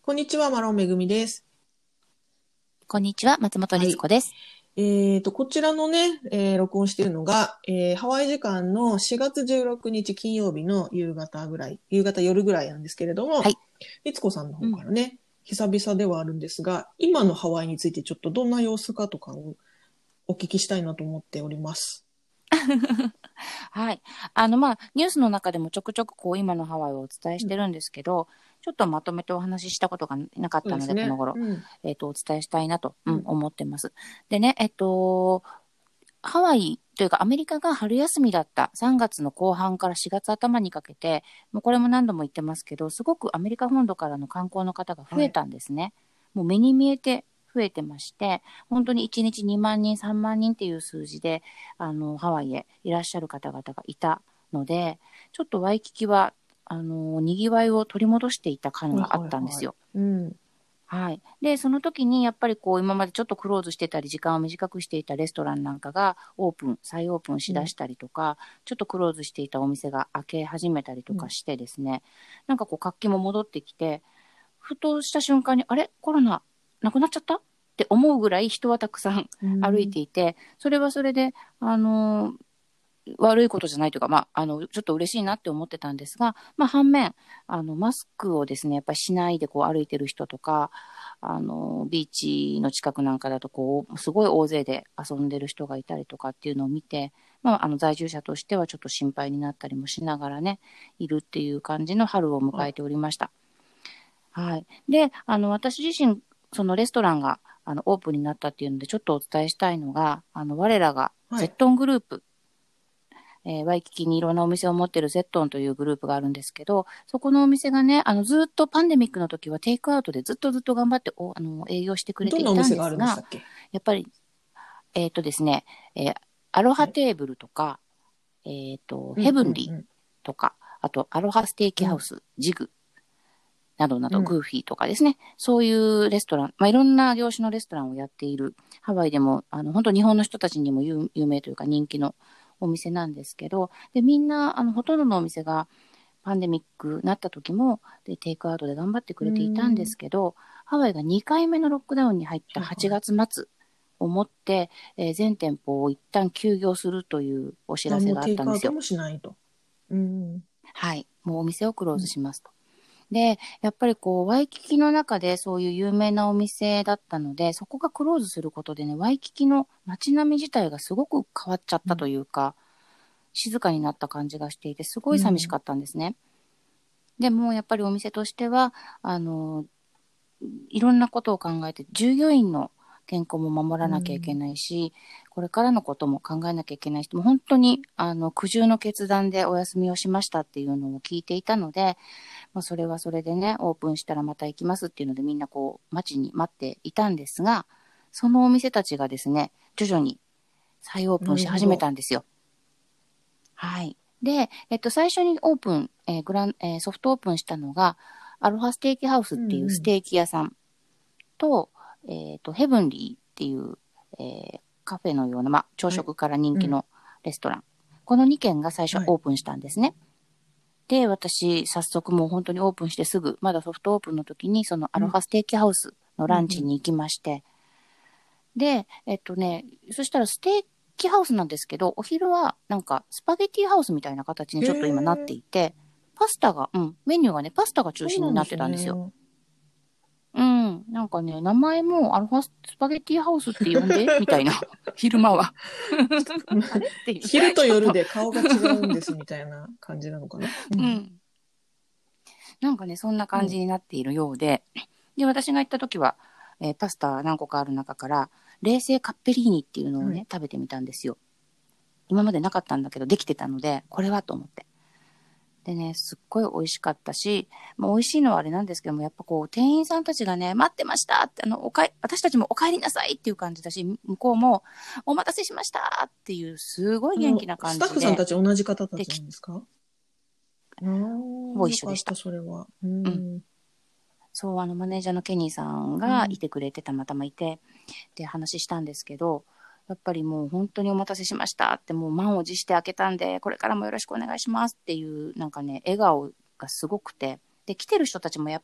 こんにちは、マロンめぐみです。 こんにちは、松本はい。 律子です。 こちらのね、録音しているのが、ハワイ時間の4月16日金曜日の夕方ぐらい、夕方夜ぐらいなんですけれども、 はい。 律子さんのうん。 方からね、久々ではあるんですが、今のハワイについてちょっとどんな様子かとかをお聞きしたいなと思っております。 はい。ニュースの中でもちょくちょく今のハワイをお伝えうん、 してるんですけど、ちょっとまとめてお話ししたことがなかったので、このそうですね。 頃、 うん。 お伝えしたいなと、 うん。 思ってます。でね、ハワイというかアメリカが春休みだった3月の後半から4月頭にかけて、もうこれも何度も言ってますけど、すごくアメリカ本土からの観光の方が増えはい。 たんですね。もう目に見えて増えてまして、本当に1日2万人、3万人っていう数字で、ハワイへいらっしゃる方々がいたので、ちょっとワイキキは、賑わいを取り戻していた感はいがあっはいはい。 たんですよ。 うん。 はい。で、その時にやっぱり今までちょっとクローズしてたり、時間を短くしていたレストランなんかが再オープンしうん。 だしたりとか、ちょっとクローズしていたお店が開け始めたりとうん。 かしてですね、なんか活気も戻ってきて、ふとした瞬間に、あれコロナなくなっちゃったって思うぐらい人はたくさんう歩いん。 ていて、それはそれで、悪いことじゃないというか、ちょっと嬉しいなって思ってたんですが、反面、マスクをですね、やっぱりしないで歩いてる人とか、ビーチの近くなんかだと、すごい大勢で遊んでる人がいたりとかっていうのを見て、在住者としてはちょっと心配になったりもしながらね、いるっていう感じの春を迎はい。 えておりました。はい。で、私自身、そのレストランが、オープンになったっていうので、ちょっとお伝えしたいのが、我らが、 はい。 ゼットングループ、ワイキキにいろんなお店を持ってるゼットンというグループがあるんですけど、そこのお店がね、ずっとパンデミックの時はテイクアウトでずっと頑張って営業してくれどんていたんなお店があるんでしたですが、 っけ？ やっぱり、ですね、アロはい。 ハテーブルとか、 うんうヘブンリーんとか、あと、アロハステーうん。うん。 キハウス、ジグなどなど、 うん。 グーフィーとかですね、そういうレストラン、いろんな業種のレストランをやっている、ハワイでも、本当日本の人たちにも有名というか人気のお店なんですけど、で、みんな、ほとんどのお店がパンデミックなった時も、で、テイクアウトで頑張ってくうーれていたんでん。 すけど、ハワイが2回目のロックダウンに入った8 はいはい。 月末をもって、全店舗を一旦休業するというお知あ、 らせがあっもうテイたんですよ。 クアウトもしないと。うん。 はい。もうお店をクローうん。 ズしますと。で、やっぱりワイキキの中でそういう有名なお店だったので、そこがクローズすることでね、ワイキキの街並み自体がすごく変わっちゃったうん。 というか、静かになった感じがしていて、すごうん。 い寂しかったんですね。でも、やっぱりお店としては、あの、いろんなことを考えて、従業員の健康も守らうなきゃいけん。 ないし、これからのことも考えなきゃいけないし、もう本当に、苦渋の決断でお休みをしましたっていうのを聞いていたので、それはそれでね、オープンしたらまた行きますっていうので、みんな待ちに待っていたんですが、そのお店たちがですね、徐々に再オープなンし始めるほど。 たんですよ。はい。で、最初にオープン、ソフトオープンしたのが、アロハステーキハウスっていううんうん。 ステーキ屋さんと、ヘブンリーっていう、カフェのような、朝はい。 食から人うん。 気のレストラン。この2軒が最初はい。 オープンしたんですね。で、私、早速もう本当にオープンしてすぐ、まだソフトオープンの時に、そのアうん。 ロハステーキハウスのうんうん。 ランチに行きまして、で、そしたらステーキハウスなんですけど、お昼はなんかスパゲティハウスみたいな形にへちょっと今なってえ、 いて、パスタが、メニューがね、パスタが中そう心になっなんですね。 てたんですよ。うん。なんかね、名前もアルファスパゲティハウスって呼んでみたいな。昼間は。あれっていう。 昼とちょっと、 夜で顔が違うんですみたいな感じなのかな。うん。 うん。なんかね、そんなうん。 感じになっているようで。で、私が行った時は、パスタ何個かある中から、冷製カッペリーニっていうのをはい。 ね、食べてみたんですよ。今までなかったんだけど、できてたので、これはと思って。でね、すっごい美味しかったし、美味しいのはあれなんですけども、やっぱ店員さんたちがね、待ってましたって、私たちもお帰りなさいっていう感じだし、向こうも、お待たせしましたっていう、すごい元気なスタッフさん感じで、 たち同じ方たで、 ちなんですか？あほぼあ、よかった、 一緒でした。 それは。 うん。 ん。 そう、マネージャーのケニーさんうん。 がいてくれて、たまたまいて、で、話したんですけど、やっぱりもう本当にお待たせしましたって、もう満を持して開けたんで、これからもよろしくお願いしますっていう、なんかね、笑顔がすごくて、で、来てる人たちもやっぱり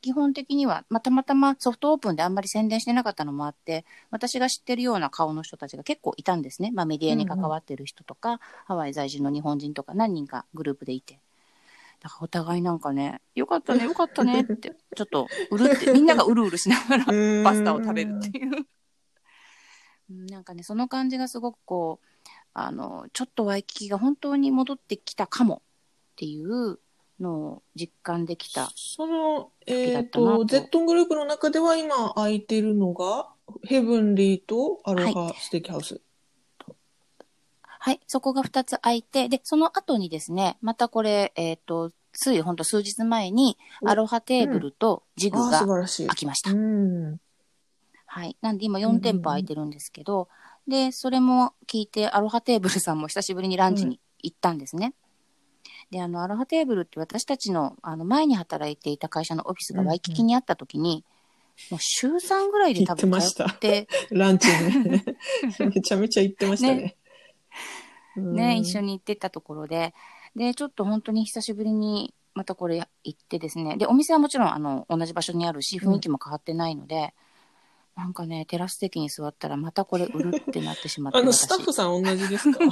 基本的には、たまたまソフトオープンであんまり宣伝してなかったのもあって、私が知ってるような顔の人たちが結構いたんですね。メディアに関わってる人とか、ハワイ在住の日本人とか何人かグループでいて。だからお互いなんかね、よかったね、よかったねって、ちょっとみんながうるうるしながらパスタを食べるっていう。なんかね、その感じがすごくこう、ちょっとワイキキが本当に戻ってきたかもっていうのを実感できたその、 時だったなと。 ゼットングループの中では今空いてるのが、ヘブンリーとアロはい。 ハステーキハウス。 はい。そこが2つ空いて、で、その後にですね、またこれ、ついほんと数日前に、アロハテーブルとジグああ、素が晴らしい。 空きました。 うん。 はい。なんで今4店舗空いてるんですけど、で、それも聞いて、アロハテーブルさんも久しぶりにランチに行ったんですね。で、アロハテーブルって私たちの、前に働いていた会社のオフィスがワイキキにあった時に、もう週3ぐらいで多分通って、 ランチね。めちゃめちゃ行ってましたね。 一緒に行ってたところで、で、ちょっと本当に久しぶりにまたこれ行ってですね、で、お店はもちろん同じ場所にあるし、雰囲気も変わってないので、なんかね、テラス席に座ったらまたこれ売るってなってしまって、 スタッフさん同じですか？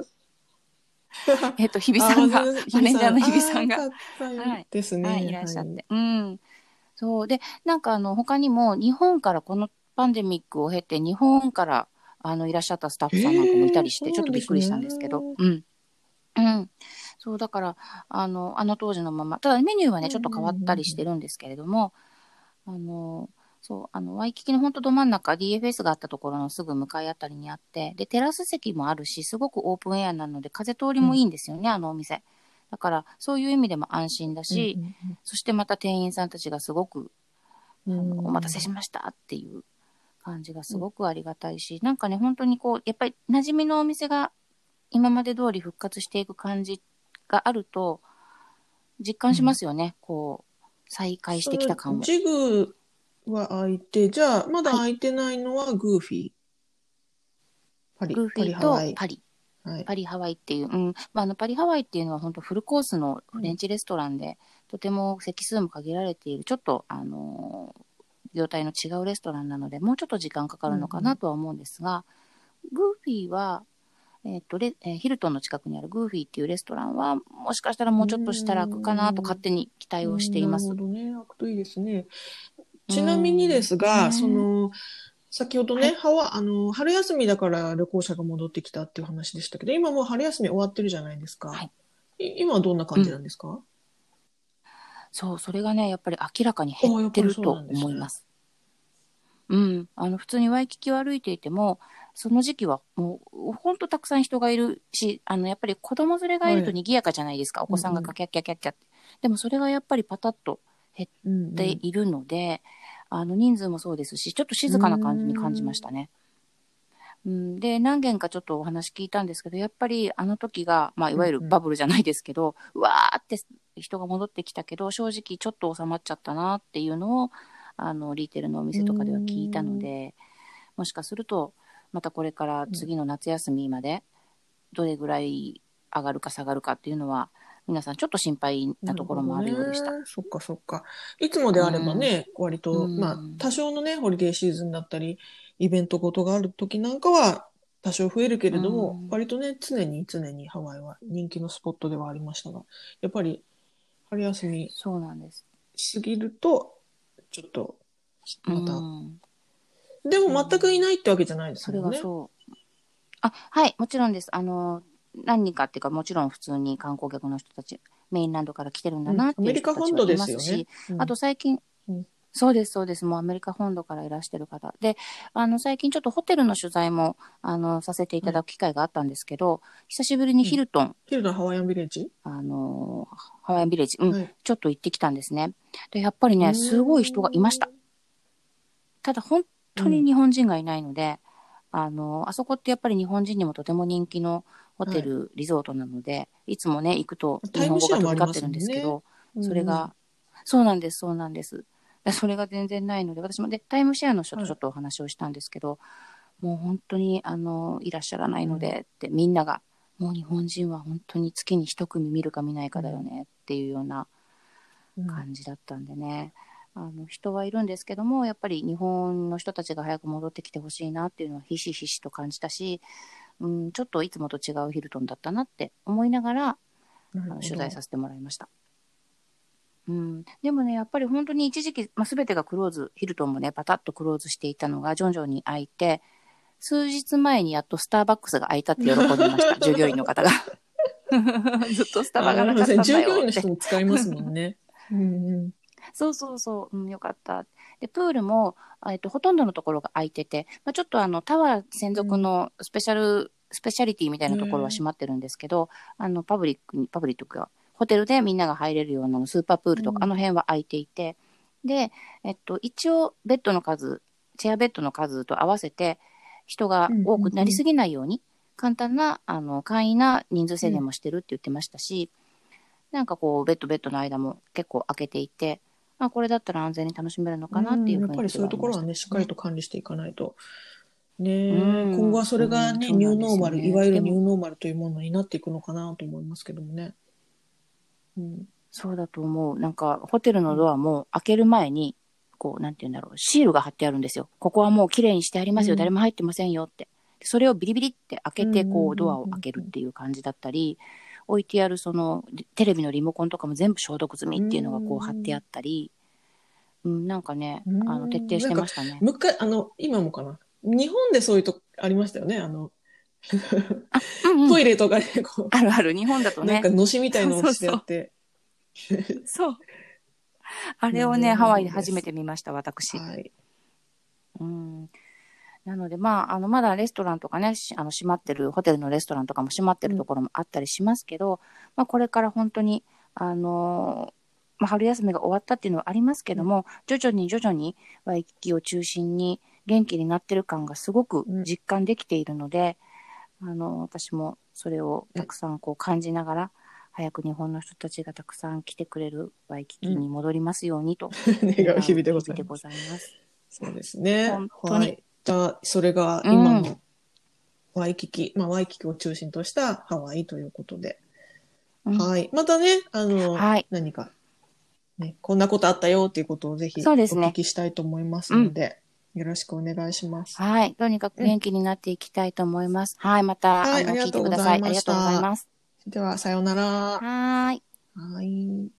日比さんが、マネージャーの日比さんが、 はい。ですね。 はい、いらっしゃって。そう。で、なんか他にも日本からこのパンデミックを経て日本からいらっしゃったスタッフさんなんかもいたりして、ちょっとびっくりしたんですけど、そう、だから、当時のまま、ただメニューはね、ちょっと変わったりしてるんですけれども、そう、ワイキキのほんとど真ん中、DFS があったところのすぐ向かいあたりにあって、で、テラス席もあるし、すごくオープンエアなので、風通りもいいんですよね、あのお店。だから、そういう意味でも安心だし、そしてまた店員さんたちがすごく、お待たせしましたっていう感じがすごくありがたいし、なんかね、本当にこう、やっぱり馴染みのお店が今まで通り復活していく感じがあると、実感しますよね、こう、再開してきた感を。 ジグは空いて、じゃあ、まだはい、 空いてないのはグーフィー。 グーフィーパリハワイ。 とパリ。 はい。 パリハワイっていう、パリハワイっていうのは本当フルコースのフレンチレストランで、とても席数も限られている、ちょっと、業態の違うレストランなので、もうちょっと時間かかるのかなとは思うんですが、グーフィーは、ヒルトンの近くにあるグーフィーっていうレストランは、もしかしたらもうちょっとしたら開くかなと勝手に期待をしています。 なるほどね。開くといいですね。ちなみにですが、先ほどね、春休みだから旅行者が戻ってきたっていう話でしたけど、今もう春休み終わってるじゃないですか。 はい。 今はどんな感じなんですか？ そう、それがね、やっぱり明らかに減ってると思います。普通にワイキキを歩いていても、その時期はもう、ほんとたくさん人がいるし、やっぱり子供連れがいると賑やかじゃないですか、お子さんがキャッキャッキャッキャって。でもそれがやっぱりパタッと減っているので、人数もそうですし、ちょっと静かな感じに感じましたね。で、何件かちょっとお話聞いたんですけど、やっぱりあの時が、いわゆるバブルじゃないですけど、うわーって人が戻ってきたけど、正直ちょっと収まっちゃったなっていうのを、リーテルのお店とかでは聞いたので、もしかすると、またこれから次の夏休みまで、どれぐらい上がるか下がるかっていうのは、皆さんちょっと心配なところもあるようでした。 そっかそっか。いつもであればね、割と、多少のね、ホリデーシーズンだったり、イベントごとがある時なんかは、多少増えるけれども、割とね、常にハワイは人気のスポットではありましたが、やっぱり春休みそうなんです。 過ぎると、ちょっと、また、でも全くいないってわけじゃないですもんね。 それがそう。はい、もちろんです。何人かっていうか、もちろん普通に観光客の人たち、メインランドから来てるんだなっていう人たちはいますし、あと最近、そうです、そうです。もうアメリカ本土からいらしてる方。で、最近ちょっとホテルの取材も、させていただく機会があったんですけど、久しぶりにヒルトン。 ヒルトンハワイアンビレッジハワイアンビレッジ。ちょっと行ってきたんですね。で、やっぱりね、すごい人がいました。ただ本当に日本人がいないので、あそこってやっぱり日本人にもとても人気のホテル、リゾートなので、いつもね、行くと日本語が飛び交ってるんですけど、それが、そうなんです、そうなんです。それが全然ないので、私もで、タイムシェアの人とちょっとお話をしたんですけど、もう本当に、いらっしゃらないので、ってみんなが、もう日本人は本当に月に一組見るか見ないかだよね、っていうような感じだったんでね。 人はいるんですけども、やっぱり日本の人たちが早く戻ってきてほしいなっていうのはひしひしと感じたし、ちょっといつもと違うヒルトンだったなって思いながら、 なるほど。 取材させてもらいました。でもね、やっぱり本当に一時期、全てがクローズ、ヒルトンもね、パタッとクローズしていたのが徐々に開いて、数日前にやっとスターバックスが開いたって喜んでました、従業員の方が。ずっとスタバがなかったんだよって。 従業員の人も使いますもんね。 そうそうそう、よかった。で、プールも、ほとんどのところが空いてて、ちょっとタワー専属のスペシャリティみたいなところは閉まってるんですけど、パブリックが、ホテルでみんなが入れるようなスーパープールとか、あの辺は空いていて、で、一応、チェアベッドの数と合わせて、人が多くなりすぎないように、簡単な、簡易な人数制限もしてるって言ってましたし、なんかこう、ベッドの間も結構開けていて、これだったら安全に楽しめるのかなっていうやっぱりそういうところはね、しっかりと管理していかないと。ね、今後はそれがね、ニューノーマル、いわゆるニューノーマルというものになっていくのかなと思いますけどもね。 そうだと思う。なんか、ホテルのドアも開ける前に、こう、なんて言うんだろう、シールが貼ってあるんですよ。ここはもう綺麗にしてありますよ、誰も入ってませんよって。それをビリビリって開けて、こう、ドアを開けるっていう感じだったり、置いてあるテレビのリモコンとかも全部消毒済みっていうのがこう貼ってあったり、なんかね、徹底してましたね。 今もかな。日本でそういうとこありましたよね。トイレとかでこう。 あるある、日本だとね。 なんかのしみたいのをしてあって。 そう。あれをね、ハワイで初めて見ました、私。 はい。 なので、まだレストランとかね、閉まってる、ホテルのレストランとかも閉まってるところもあったりしますけど、これから本当に、春休みが終わったっていうのはありますけども、徐々にワイキキを中心に元気になってる感がすごく実感できているので、私もそれをたくさんこう感じながら、早く日本の人たちがたくさん来てくれるワイキキに戻りますようにと、 願う日々でございます。そうですね。 本当に。 じゃあ、それが今のワイキキ、ワイキキを中心としたハワイということで。はい。またね、何か、ね、こんなことあったよっていうことをぜひお聞きしたいと思いますので、よろしくお願いします。 はい。とにかく元気になっていきたいと思います。はい。また、聞いてください。ありがとうございます。 では、さようなら。 はい。 はい。